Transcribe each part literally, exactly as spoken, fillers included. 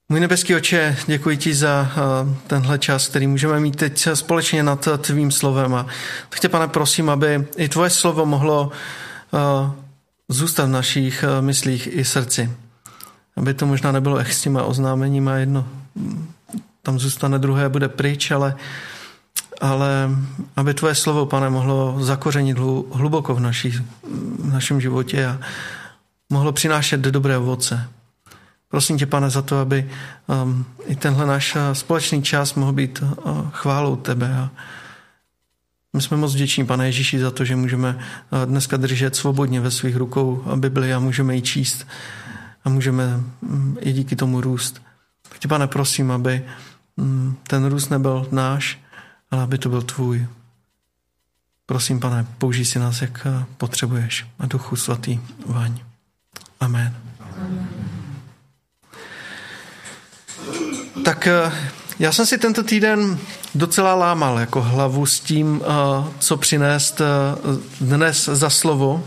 Můj nebeský Otče, děkuji ti za tenhle čas, který můžeme mít teď společně nad tvým slovem. A tak tě, Pane, prosím, aby i tvoje slovo mohlo zůstat v našich myslích i srdci. Aby to možná nebylo ech s těma oznámením a jedno tam zůstane, druhé bude pryč, ale, ale aby tvoje slovo, Pane, mohlo zakořenit hluboko v, naší, v našem životě a mohlo přinášet dobré ovoce. Prosím tě, Pane, za to, aby um, i tenhle náš společný čas mohl být uh, chválou tebe. A my jsme moc vděční, Pane Ježíši, za to, že můžeme uh, dneska držet svobodně ve svých rukou Bibli a můžeme ji číst a můžeme um, i díky tomu růst. Tak tě, Pane, prosím, aby um, ten růst nebyl náš, ale aby to byl tvůj. Prosím, Pane, použij si nás, jak uh, potřebuješ. A Duchu Svatý, vaň. Amen. Amen. Tak já jsem si tento týden docela lámal jako hlavu s tím, co přinést dnes za slovo.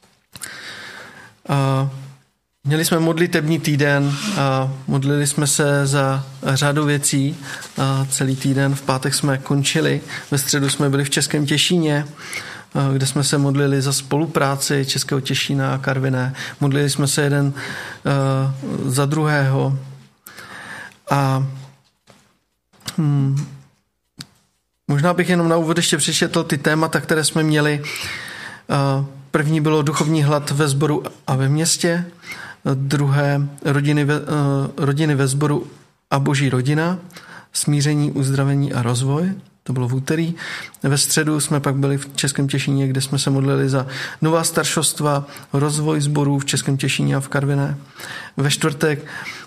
Měli jsme modlitební týden a modlili jsme se za řadu věcí celý týden. V pátek jsme končili, ve středu jsme byli v Českém Těšíně, kde jsme se modlili za spolupráci Českého Těšína a Karviné. Modlili jsme se jeden za druhého. A hmm, možná bych jenom na úvod ještě přečetl ty témata, které jsme měli. První bylo duchovní hlad ve sboru a ve městě, druhé rodiny ve, rodiny ve sboru a boží rodina, smíření, uzdravení a rozvoj. To bylo v úterý. Ve středu jsme pak byli v Českém Těšíně, kde jsme se modlili za nová staršostva, rozvoj sborů v Českém Těšíně a v Karviné. Ve čtvrtek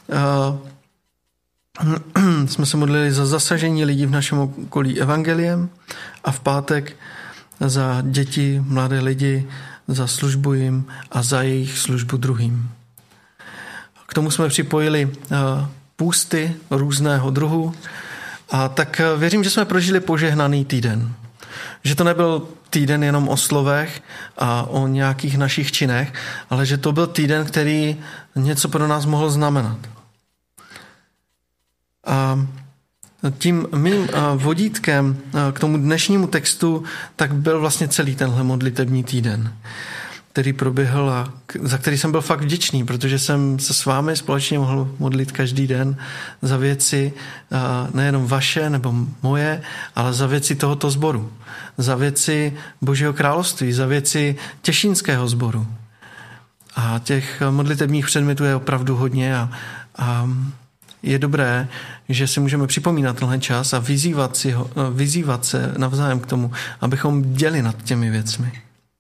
jsme se modlili za zasažení lidí v našem okolí evangeliem a v pátek za děti, mladé lidi, za službu jim a za jejich službu druhým. K tomu jsme připojili půsty různého druhu a tak věřím, že jsme prožili požehnaný týden. Že to nebyl týden jenom o slovech a o nějakých našich činech, ale že to byl týden, který něco pro nás mohl znamenat. A tím mým vodítkem k tomu dnešnímu textu tak byl vlastně celý tenhle modlitební týden, který proběhl a za který jsem byl fakt vděčný, protože jsem se s vámi společně mohl modlit každý den za věci nejenom vaše nebo moje, ale za věci tohoto sboru, za věci Božího království, za věci Těšínského sboru. A těch modlitebních předmětů je opravdu hodně a, a je dobré, že si můžeme připomínat tenhle čas a vyzývat, si ho, vyzývat se navzájem k tomu, abychom děli nad těmi věcmi.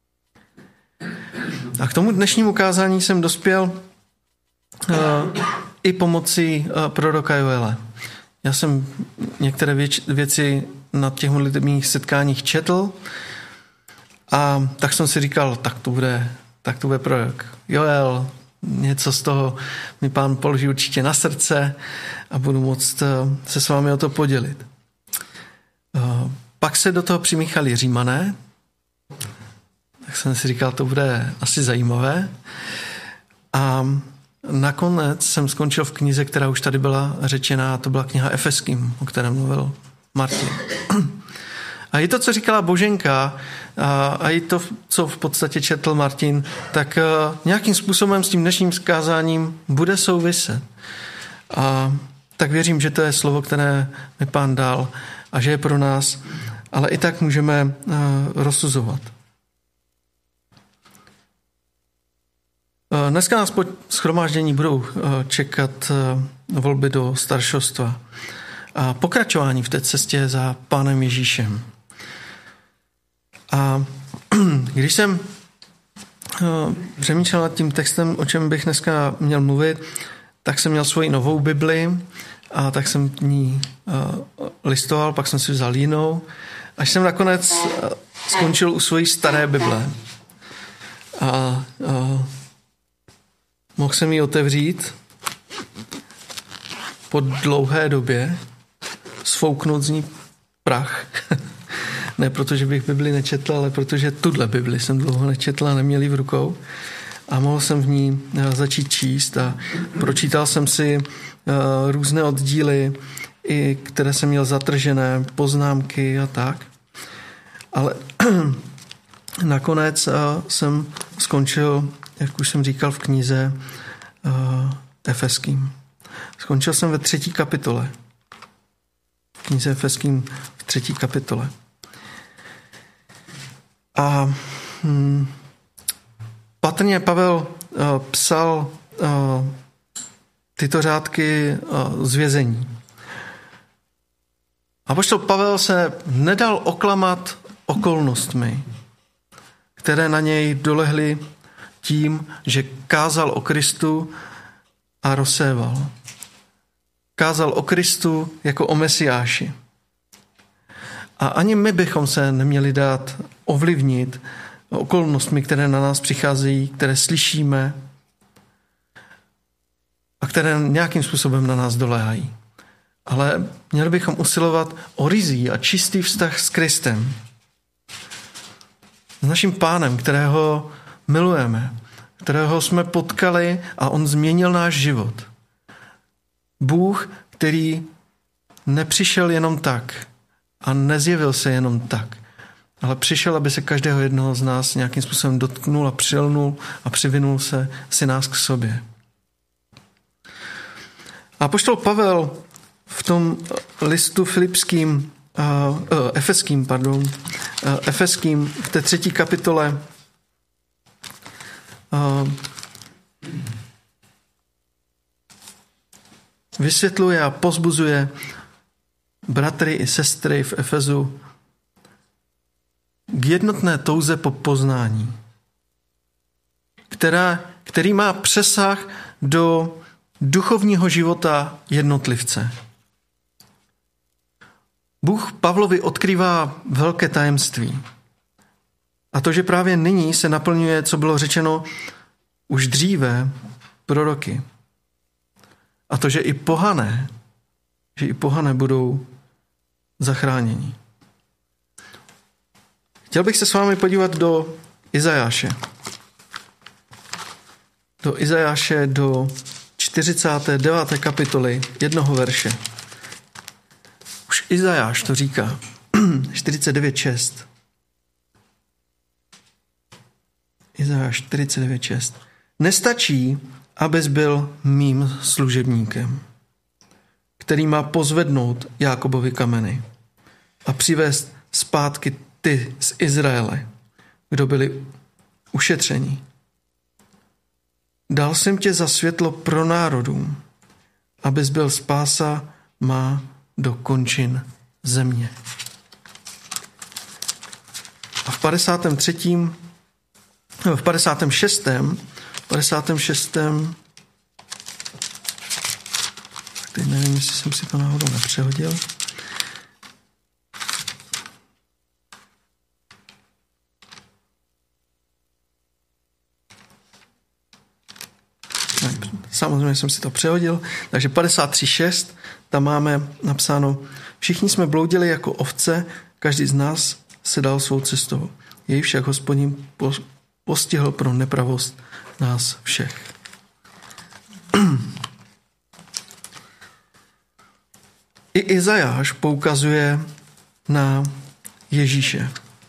A k tomu dnešnímu kázání jsem dospěl uh, i pomocí uh, proroka Joele. Já jsem některé věč, věci na těch modlitebních setkáních četl a tak jsem si říkal, tak to bude, tak to bude prorok Joel. Něco z toho mi Pán položí určitě na srdce a budu moct se s vámi o to podělit. Pak se do toho přimíchali Římané, tak jsem si říkal, to bude asi zajímavé. A nakonec jsem skončil v knize, která už tady byla řečená, a to byla kniha Efeským, o které mluvil Martin. A i to, co říkala Boženka, a i to, co v podstatě četl Martin, tak nějakým způsobem s tím dnešním zkázáním bude souviset. A tak věřím, že to je slovo, které mi Pán dal a že je pro nás, ale i tak můžeme rozsuzovat. Dneska nás po shromáždění budou čekat volby do staršostva a pokračování v té cestě za Pánem Ježíšem. A když jsem přemýšlel nad tím textem, o čem bych dneska měl mluvit, tak jsem měl svoji novou Bibli a tak jsem v ní listoval, pak jsem si vzal jinou, až jsem nakonec skončil u svojí staré Bible. A, a mohl jsem ji otevřít po dlouhé době, sfouknout z ní prach. Ne proto, že bych Bibli nečetl, ale protože tuhle Bibli jsem dlouho nečetl a neměl ji v rukou. a mohl jsem v ní začít číst a pročítal jsem si různé oddíly, i které jsem měl zatržené, poznámky a tak. Ale nakonec jsem skončil, jak už jsem říkal, v knize Efeským. Skončil jsem ve třetí kapitole. V knize Efeským v třetí kapitole. A hm, patrně Pavel uh, psal uh, tyto řádky uh, z vězení. Apoštol Pavel se nedal oklamat okolnostmi, které na něj dolehly tím, že kázal o Kristu a rozséval. Kázal o Kristu jako o Mesiáši. A ani my bychom se neměli dát ovlivnit okolnostmi, které na nás přicházejí, které slyšíme a které nějakým způsobem na nás doléhají. Ale měli bychom usilovat o ryzí a čistý vztah s Kristem. S naším Pánem, kterého milujeme, kterého jsme potkali a on změnil náš život. Bůh, který nepřišel jenom tak a nezjevil se jenom tak, ale přišel, aby se každého jednoho z nás nějakým způsobem dotknul a přilnul a přivinul se si nás k sobě. A apoštol Pavel v tom listu filipským, uh, uh, efeským, pardon, uh, efeským v té třetí kapitole uh, vysvětluje a pozbuzuje bratry i sestry v Efezu k jednotné touze po poznání, která, který má přesah do duchovního života jednotlivce. Bůh Pavlovi odkrývá velké tajemství. A to, že právě nyní se naplňuje, co bylo řečeno už dříve proroky. A to, že i pohané, že i pohané budou zachráněni. Chtěl bych se s vámi podívat do Izajáše. Do Izajáše, do čtyřicáté deváté kapitoly jednoho verše. Už Izajáš to říká. čtyřicet devět šest. Izajáš čtyřicet devět šest. Nestačí, abys byl mým služebníkem, který má pozvednout Jákobovi kameny a přivést zpátky ty z Izraele, kdo byli ušetřeni. Dal jsem tě za světlo pro národům, abys byl spása má do končin země. A v padesátém třetím v padesátém šestém padesátém šestém teď nevím, jestli jsem si to náhodou nepřehodil. Samozřejmě jsem si to přehodil. Takže padesát tři šest, tam máme napsáno: všichni jsme bloudili jako ovce, každý z nás se dal svou cestou. Jej však Hospodin postihl pro nepravost nás všech. I Izajáš poukazuje na Ježíše,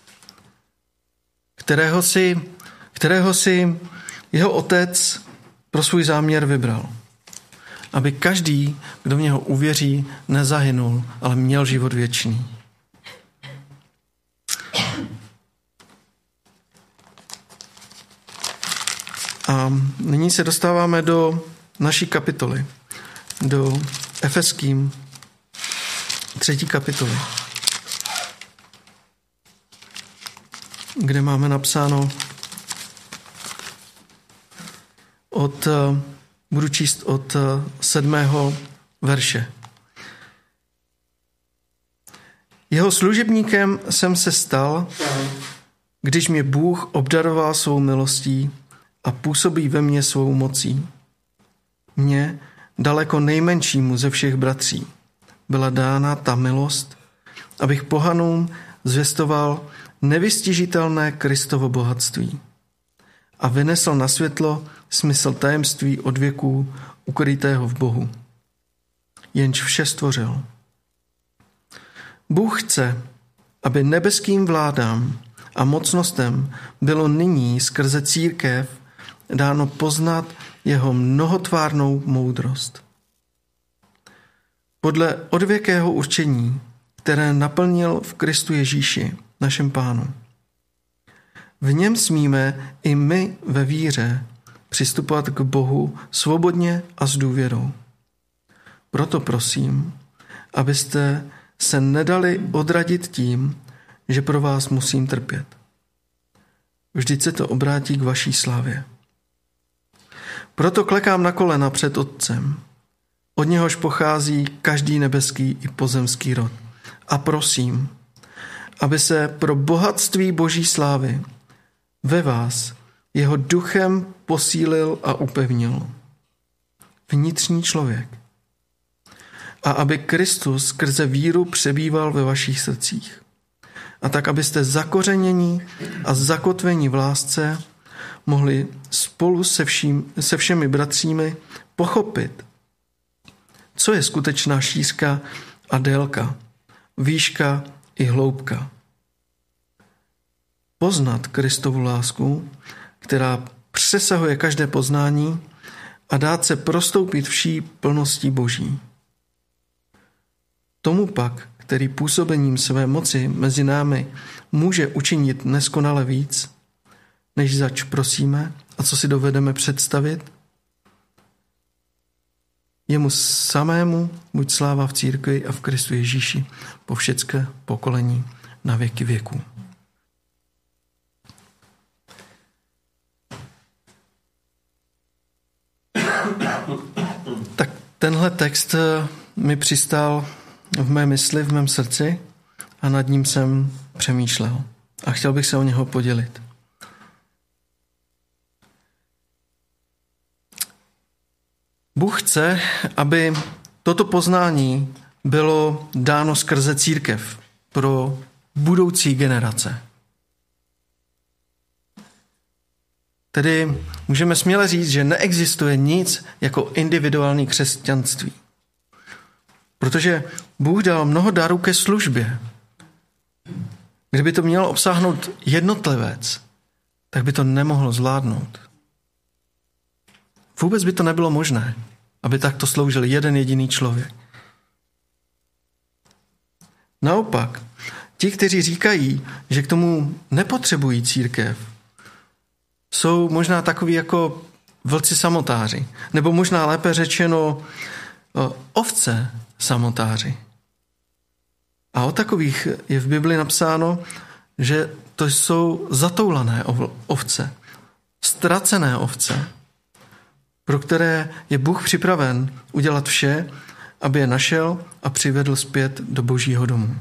kterého si, kterého si jeho otec pro svůj záměr vybral. Aby každý, kdo v něho uvěří, nezahynul, ale měl život věčný. A nyní se dostáváme do naší kapitoly, do Efeským třetí kapitoly, kde máme napsáno od, budu číst od sedmého verše. Jeho služebníkem jsem se stal, když mě Bůh obdaroval svou milostí a působí ve mně svou mocí. Mně, daleko nejmenšímu ze všech bratří, byla dána ta milost, abych pohanům zvěstoval nevystižitelné Kristovo bohatství a vynesl na světlo smysl tajemství od věků ukrytého v Bohu, jenž vše stvořil. Bůh chce, aby nebeským vládám a mocnostem bylo nyní skrze církev dáno poznat jeho mnohotvárnou moudrost. Podle odvěkého určení, které naplnil v Kristu Ježíši, našem Pánu. V něm smíme i my ve víře přistupovat k Bohu svobodně a s důvěrou. Proto prosím, abyste se nedali odradit tím, že pro vás musím trpět. Vždyť se to obrátí k vaší slávě. Proto klekám na kolena před Otcem, od něhož pochází každý nebeský i pozemský rod. A prosím, aby se pro bohatství Boží slávy ve vás jeho duchem posílil a upevnil vnitřní člověk. A aby Kristus skrze víru přebýval ve vašich srdcích. A tak, abyste zakořenění a zakotvení v lásce mohli spolu se, vším, se všemi bratřími pochopit, co je skutečná šířka a délka, výška i hloubka. Poznat Kristovu lásku, která přesahuje každé poznání, a dát se prostoupit vší plností Boží. Tomu pak, který působením své moci mezi námi může učinit neskonale víc, než zač prosíme a co si dovedeme představit, jemu samému buď sláva v církvi a v Kristu Ježíši po všecké pokolení na věky věků. Tak tenhle text mi přistál v mé mysli, v mém srdci a nad ním jsem přemýšlel a chtěl bych se o něho podělit. Bůh chce, aby toto poznání bylo dáno skrze církev pro budoucí generace. Tedy můžeme směle říct, že neexistuje nic jako individuální křesťanství. Protože Bůh dal mnoho darů ke službě. Kdyby to měl obsáhnout jednotlivec, tak by to nemohlo zvládnout. Vůbec by to nebylo možné, aby takto sloužil jeden jediný člověk. Naopak, ti, kteří říkají, že k tomu nepotřebují církev, jsou možná takoví jako vlci samotáři, nebo možná lépe řečeno ovce samotáři. A o takových je v Bibli napsáno, že to jsou zatoulané ovce, ztracené ovce, pro které je Bůh připraven udělat vše, aby je našel a přivedl zpět do Božího domu.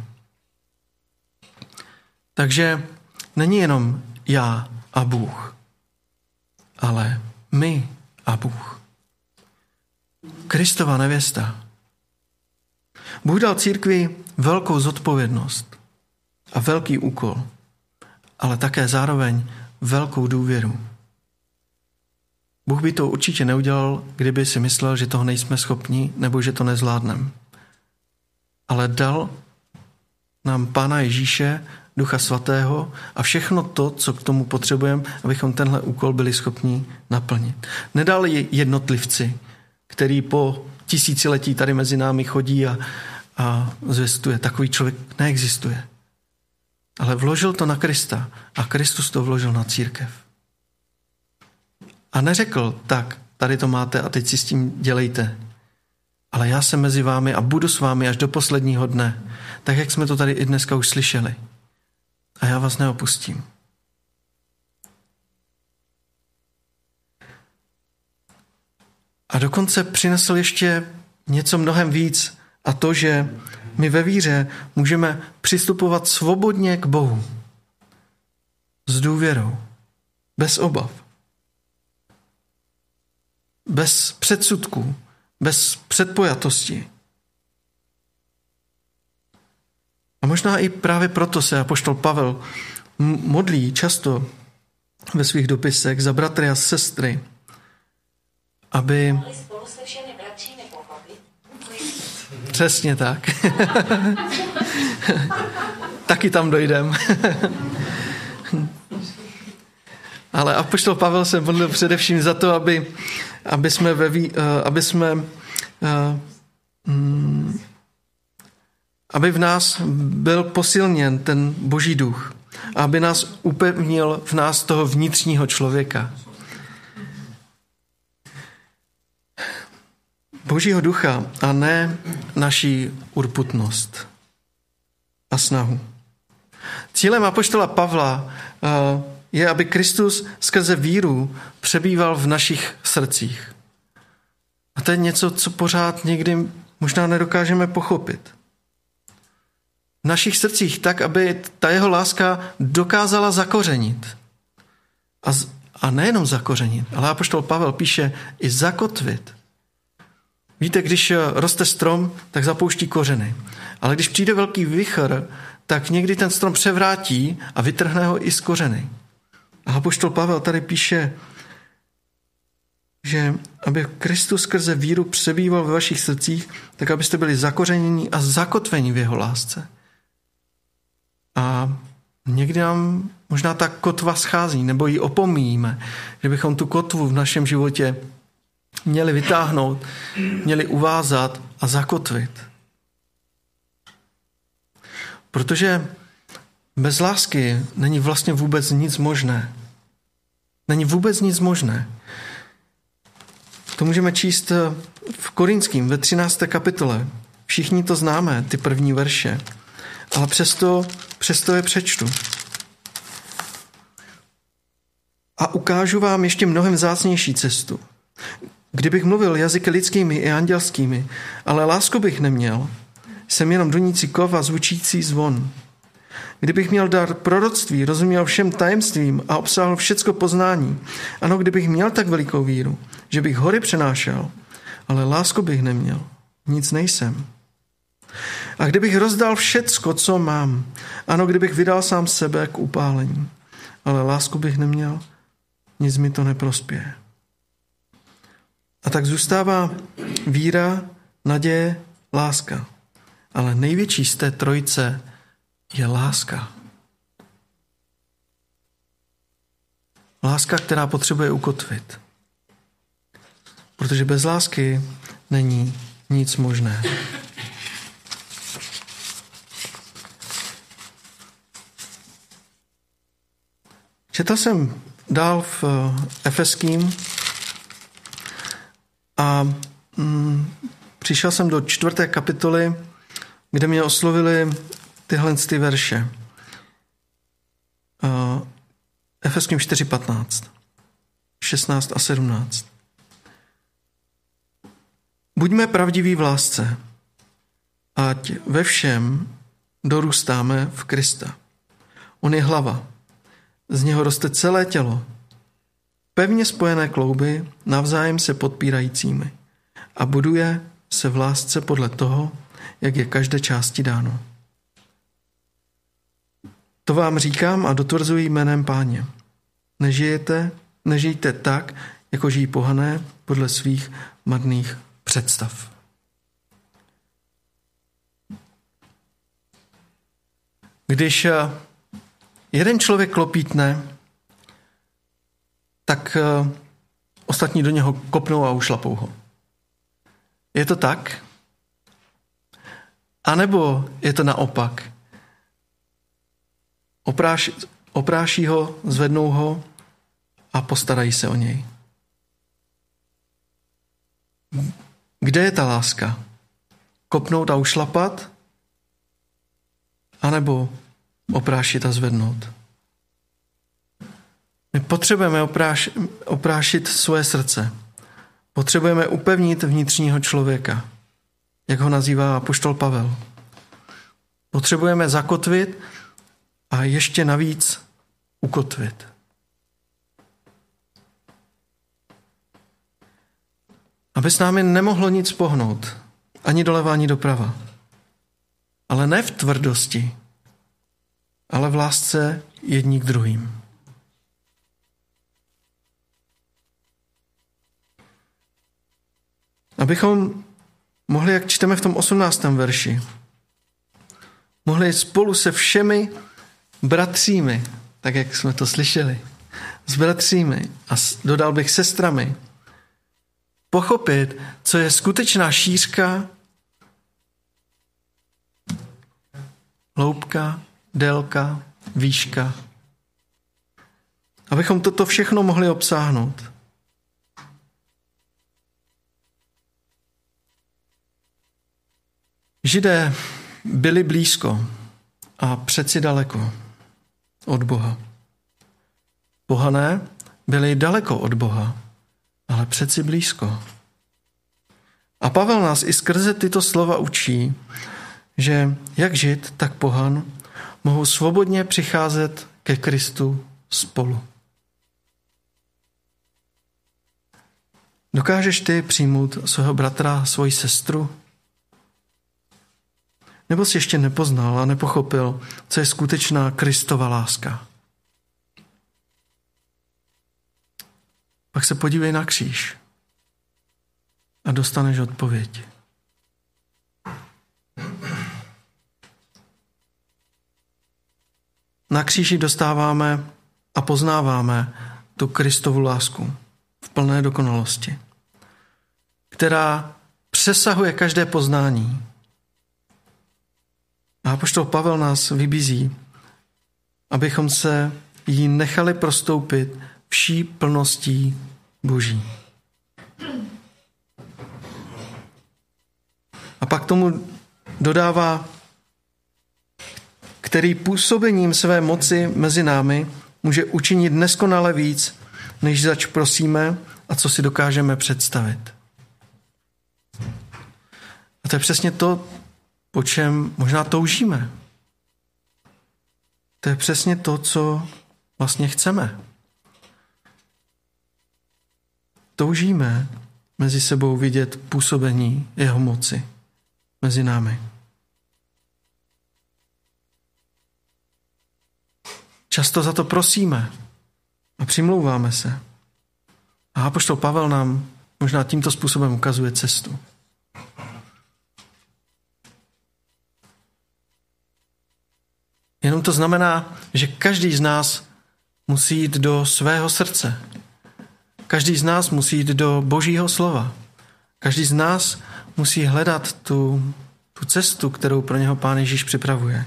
Takže není jenom já a Bůh, ale my a Bůh. Kristova nevěsta. Bůh dal církvi velkou zodpovědnost a velký úkol, ale také zároveň velkou důvěru. Bůh by to určitě neudělal, kdyby si myslel, že toho nejsme schopni nebo že to nezvládneme. Ale dal nám Pána Ježíše, Ducha Svatého a všechno to, co k tomu potřebujeme, abychom tenhle úkol byli schopni naplnit. Nedal je jednotlivci, který po tisíciletí tady mezi námi chodí a, a zvěstuje. Takový člověk neexistuje. Ale vložil to na Krista a Kristus to vložil na církev. A neřekl, tak, tady to máte a teď si s tím dělejte. Ale já jsem mezi vámi a budu s vámi až do posledního dne. Tak, jak jsme to tady i dneska už slyšeli. A já vás neopustím. A dokonce přinesl ještě něco mnohem víc, a to, že my ve víře můžeme přistupovat svobodně k Bohu. S důvěrou. Bez obav. Bez předsudků. Bez předpojatosti. A možná i právě proto se apoštol Pavel modlí často ve svých dopisech za bratry a sestry, aby... Přesně tak. Taky tam dojdem. Ale apoštol Pavel se modlil především za to, aby, aby jsme, ve, aby jsme aby v nás byl posilněn ten Boží duch, aby nás upevnil v nás toho vnitřního člověka. Božího ducha a ne naší urputnost a snahu. Cílem apoštola Pavla je, aby Kristus skrze víru přebýval v našich srdcích. A to je něco, co pořád někdy možná nedokážeme pochopit. V našich srdcích tak, aby ta jeho láska dokázala zakořenit. A, a nejenom zakořenit, ale apoštol Pavel píše i zakotvit. Víte, když roste strom, tak zapouští kořeny. Ale když přijde velký vichr, tak někdy ten strom převrátí a vytrhne ho i z kořeny. A apoštol Pavel tady píše, že aby Kristus skrze víru přebýval ve vašich srdcích, tak abyste byli zakořeněni a zakotveni v jeho lásce. A někdy nám možná ta kotva schází, nebo ji opomíjíme, že bychom tu kotvu v našem životě měli vytáhnout, měli uvázat a zakotvit. Protože bez lásky není vlastně vůbec nic možné. Není vůbec nic možné. To můžeme číst v Korinským ve třinácté kapitole. Všichni to známe, ty první verše. Ale přesto, přesto je přečtu. A ukážu vám ještě mnohem vzácnější cestu. Kdybych mluvil jazyky lidskými i andělskými, ale lásku bych neměl, jsem jenom dunící kov a zvučící zvon. Kdybych měl dar proroctví, rozuměl všem tajemstvím a obsáhl všecko poznání, ano, kdybych měl tak velikou víru, že bych hory přenášel, ale lásku bych neměl, nic nejsem. A kdybych rozdal všecko, co mám, ano, kdybych vydal sám sebe k upálení, ale lásku bych neměl, nic mi to neprospěje. A tak zůstává víra, naděje, láska. Ale největší z té trojice je láska. Láska, která potřebuje ukotvit. Protože bez lásky není nic možné. Četl jsem dál v Efeským a mm, přišel jsem do čtvrté kapitoly, kde mě oslovily tyhle ty verše. Uh, Efeským čtyři patnáct, šestnáct a sedmnáct. Buďme pravdiví v lásce, ať ve všem dorůstáme v Krista. On je hlava, z něho roste celé tělo, pevně spojené klouby, navzájem se podpírajícími a buduje se v lásce podle toho, jak je každé části dáno. To vám říkám a dotvrzuji jménem Páně. Nežijete, nežijte tak, jako žijí pohané podle svých marných představ. Když jeden člověk klopítne, tak ostatní do něho kopnou a ušlapou ho. Je to tak? A nebo je to naopak? Opráš, opráší ho, zvednou ho a postarají se o něj. Kde je ta láska? Kopnout a ušlapat? A nebo oprášit a zvednout? My potřebujeme opráš, oprášit svoje srdce. Potřebujeme upevnit vnitřního člověka, jak ho nazývá apoštol Pavel. Potřebujeme zakotvit a ještě navíc ukotvit. Aby s námi nemohlo nic pohnout, ani doleva, ani doprava. Ale ne v tvrdosti, ale v lásce jedni k druhým. Abychom mohli, jak čteme v tom osmnáctém verši, mohli spolu se všemi bratřími, tak jak jsme to slyšeli, s bratřími a dodal bych sestrami, pochopit, co je skutečná šířka, hloubka, délka, výška. Abychom toto všechno mohli obsáhnout. Židé byli blízko a přeci daleko od Boha. Pohané byli daleko od Boha, ale přeci blízko. A Pavel nás i skrze tyto slova učí, že jak Žid, tak pohan mohou svobodně přicházet ke Kristu spolu. Dokážeš ty přijmout svého bratra, svoji sestru? Nebo jsi ještě nepoznal a nepochopil, co je skutečná Kristova láska? Pak se podívej na kříž a dostaneš odpověď. Na kříži dostáváme a poznáváme tu Kristovu lásku v plné dokonalosti, která přesahuje každé poznání. A apoštol Pavel nás vybízí, abychom se jí nechali prostoupit vší plností Boží. A pak tomu dodává, který působením své moci mezi námi může učinit neskonale víc, než zač prosíme a co si dokážeme představit. A to je přesně to, po čem možná toužíme. To je přesně to, co vlastně chceme. Toužíme mezi sebou vidět působení jeho moci mezi námi. Často za to prosíme a přimlouváme se. A apoštol Pavel nám možná tímto způsobem ukazuje cestu. Jenom to znamená, že každý z nás musí jít do svého srdce. Každý z nás musí jít do Božího slova. Každý z nás musí hledat tu, tu cestu, kterou pro něho Pán Ježíš připravuje.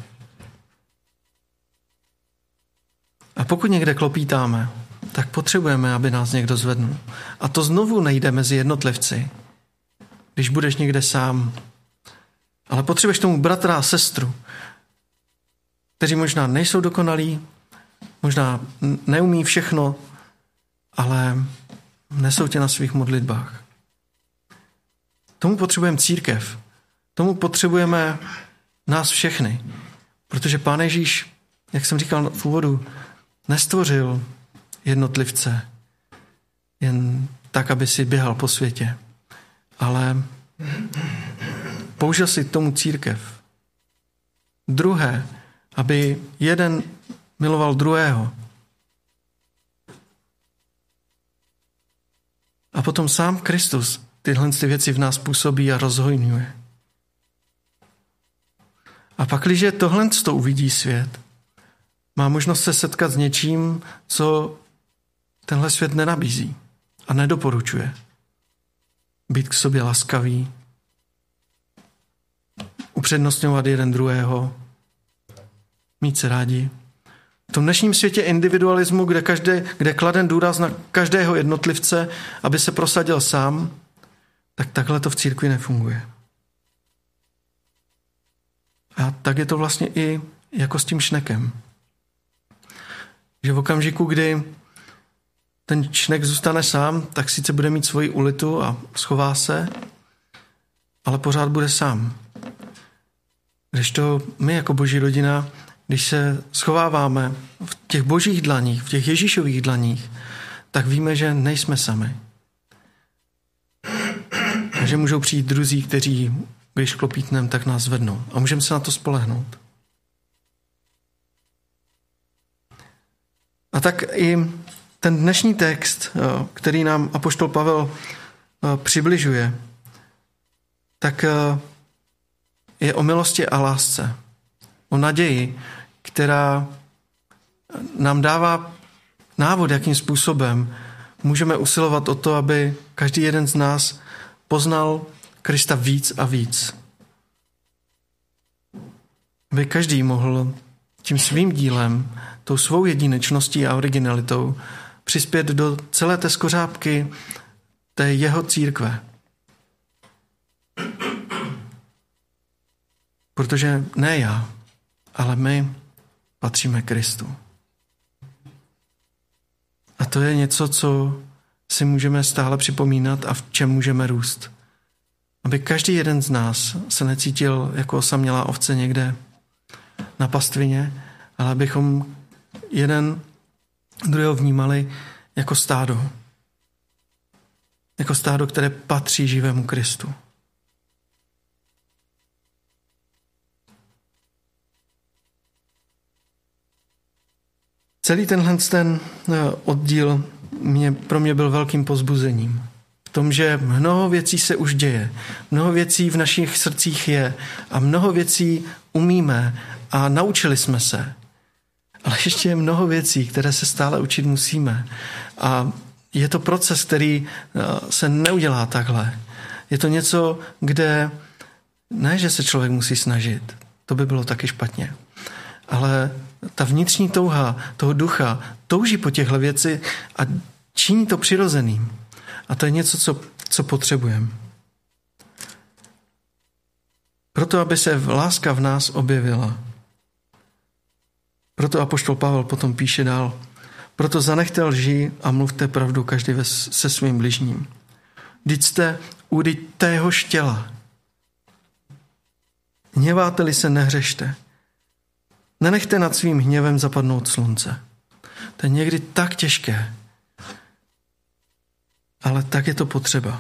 A pokud někde klopítáme, tak potřebujeme, aby nás někdo zvednul. A to znovu nejde mezi jednotlivci, když budeš někde sám. Ale potřebuješ tomu bratra a sestru, kteří možná nejsou dokonalí, možná neumí všechno, ale nesou tě na svých modlitbách. Tomu potřebujeme církev. Tomu potřebujeme nás všechny. Protože Pán Ježíš, jak jsem říkal v úvodu, nestvořil jednotlivce jen tak, aby si běhal po světě. Ale použil si k tomu církev. Druhé, aby jeden miloval druhého. A potom sám Kristus tyhle ty věci v nás působí a rozhojňuje. A pak, když tohle to uvidí svět, má možnost se setkat s něčím, co tenhle svět nenabízí a nedoporučuje. Být k sobě laskavý, upřednostňovat jeden druhého, mít se rádi. V tom dnešním světě individualismu, kde, každé, kde kladen důraz na každého jednotlivce, aby se prosadil sám, tak takhle to v církvi nefunguje. A tak je to vlastně i jako s tím šnekem. Že v okamžiku, kdy ten šnek zůstane sám, tak sice bude mít svoji ulitu a schová se, ale pořád bude sám. Kdežto my jako Boží rodina, když se schováváme v těch Božích dlaních, v těch Ježíšových dlaních, tak víme, že nejsme sami. A že můžou přijít druzí, kteří, když klopítnem, tak nás zvednou. A můžeme se na to spolehnout. A tak i ten dnešní text, který nám apoštol Pavel přibližuje, tak je o milosti a lásce. O naději, která nám dává návod, jakým způsobem můžeme usilovat o to, aby každý jeden z nás poznal Krista víc a víc. Aby každý mohl tím svým dílem, tou svou jedinečností a originalitou přispět do celé té skořápky té jeho církve. Protože ne já, ale my patříme Kristu. A to je něco, co si můžeme stále připomínat a v čem můžeme růst. Aby každý jeden z nás se necítil jako osamělá ovce někde na pastvině, ale abychom jeden druhého vnímali jako stádo. Jako stádo, které patří živému Kristu. Celý tenhle ten oddíl mě, pro mě byl velkým povzbuzením. V tom, že mnoho věcí se už děje, mnoho věcí v našich srdcích je a mnoho věcí umíme a naučili jsme se. Ale ještě je mnoho věcí, které se stále učit musíme. A je to proces, který se neudělá takhle. Je to něco, kde ne, že se člověk musí snažit. To by bylo taky špatně. Ale ta vnitřní touha toho ducha touží po těchto věci a činí to přirozeným. A to je něco, co, co potřebujeme. Proto, aby se láska v nás objevila. Proto apoštol Pavel potom píše dál. Proto zanechte lži a mluvte pravdu každý se svým bližním. Vždyť jste údy téhož těla. Hněváte-li se, nehřešte. Nenechte nad svým hněvem zapadnout slunce. To je někdy tak těžké, ale tak je to potřeba.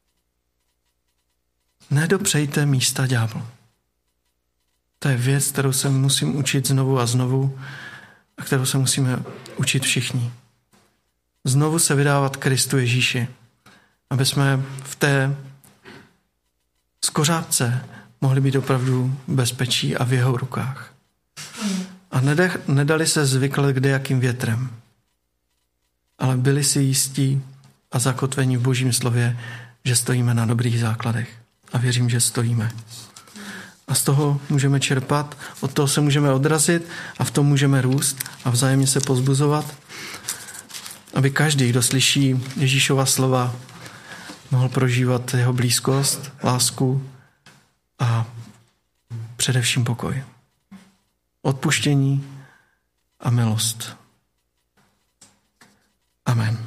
Nedopřejte místa ďáblu. To je věc, kterou se musím učit znovu a znovu a kterou se musíme učit všichni. Znovu se vydávat Kristu Ježíši, aby jsme v té skořápce mohli být opravdu bezpečí a v jeho rukách. A nedali se zvykle kdejakým větrem, ale byli si jistí a zakotvení v Božím slově, že stojíme na dobrých základech. A věřím, že stojíme. A z toho můžeme čerpat, od toho se můžeme odrazit a v tom můžeme růst a vzájemně se povzbuzovat, aby každý, kdo slyší Ježíšova slova, mohl prožívat jeho blízkost, lásku a především pokoj. Odpuštění a milost. Amen.